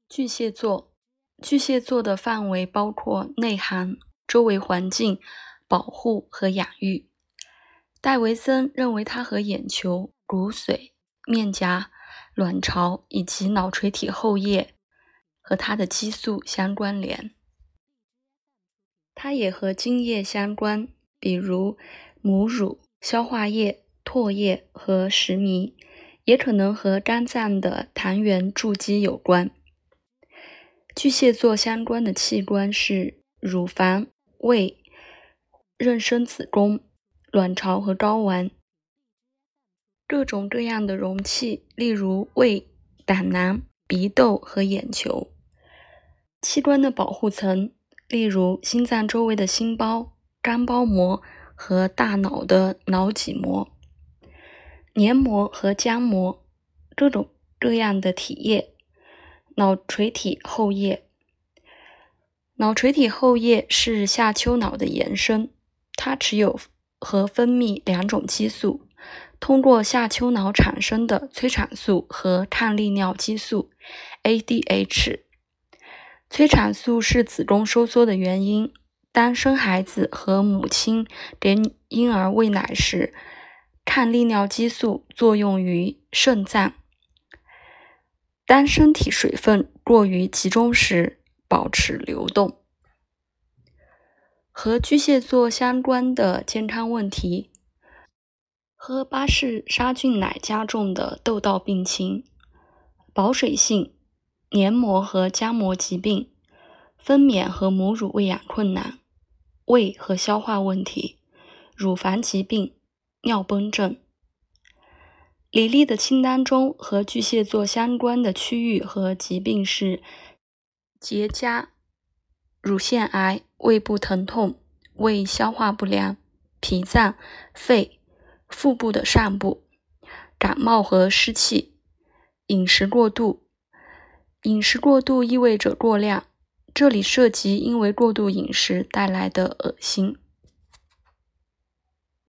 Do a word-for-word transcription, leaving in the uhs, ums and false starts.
巨蟹座，巨蟹座的范围包括内涵、周围环境、保护和养育。戴维森认为它和眼球、骨髓、面颊、卵巢以及脑垂体后叶和它的激素相关联。它也和津液相关，比如母乳、消化液、唾液和食糜，也可能和肝脏的糖原筑基有关。巨蟹座相关的器官是乳房、胃、妊娠子宫、卵巢和睾丸。各种各样的容器，例如胃、胆囊、鼻窦和眼球。器官的保护层，例如心脏周围的心包、肝包膜和大脑的脑脊膜。黏膜和浆膜，各种各样的体液。脑垂体后叶，脑垂体后叶是下丘脑的延伸，它持有和分泌两种激素，通过下丘脑产生的催产素和抗利尿激素 A D H。 催产素是子宫收缩的原因，当生孩子和母亲给婴儿喂奶时，抗利尿激素作用于肾脏，当身体水分过于集中时，保持流动。和巨蟹座相关的健康问题，喝巴氏杀菌奶加重的窦道病情，保水性、黏膜和浆膜疾病，分娩和母乳喂养困难，胃和消化问题，乳房疾病，尿崩症。李丽的清单中和巨蟹座相关的区域和疾病是结痂、乳腺癌、胃部疼痛、胃消化不良、脾脏、肺、腹部的上部、感冒和湿气、饮食过度。饮食过度意味着过量，这里涉及因为过度饮食带来的恶心。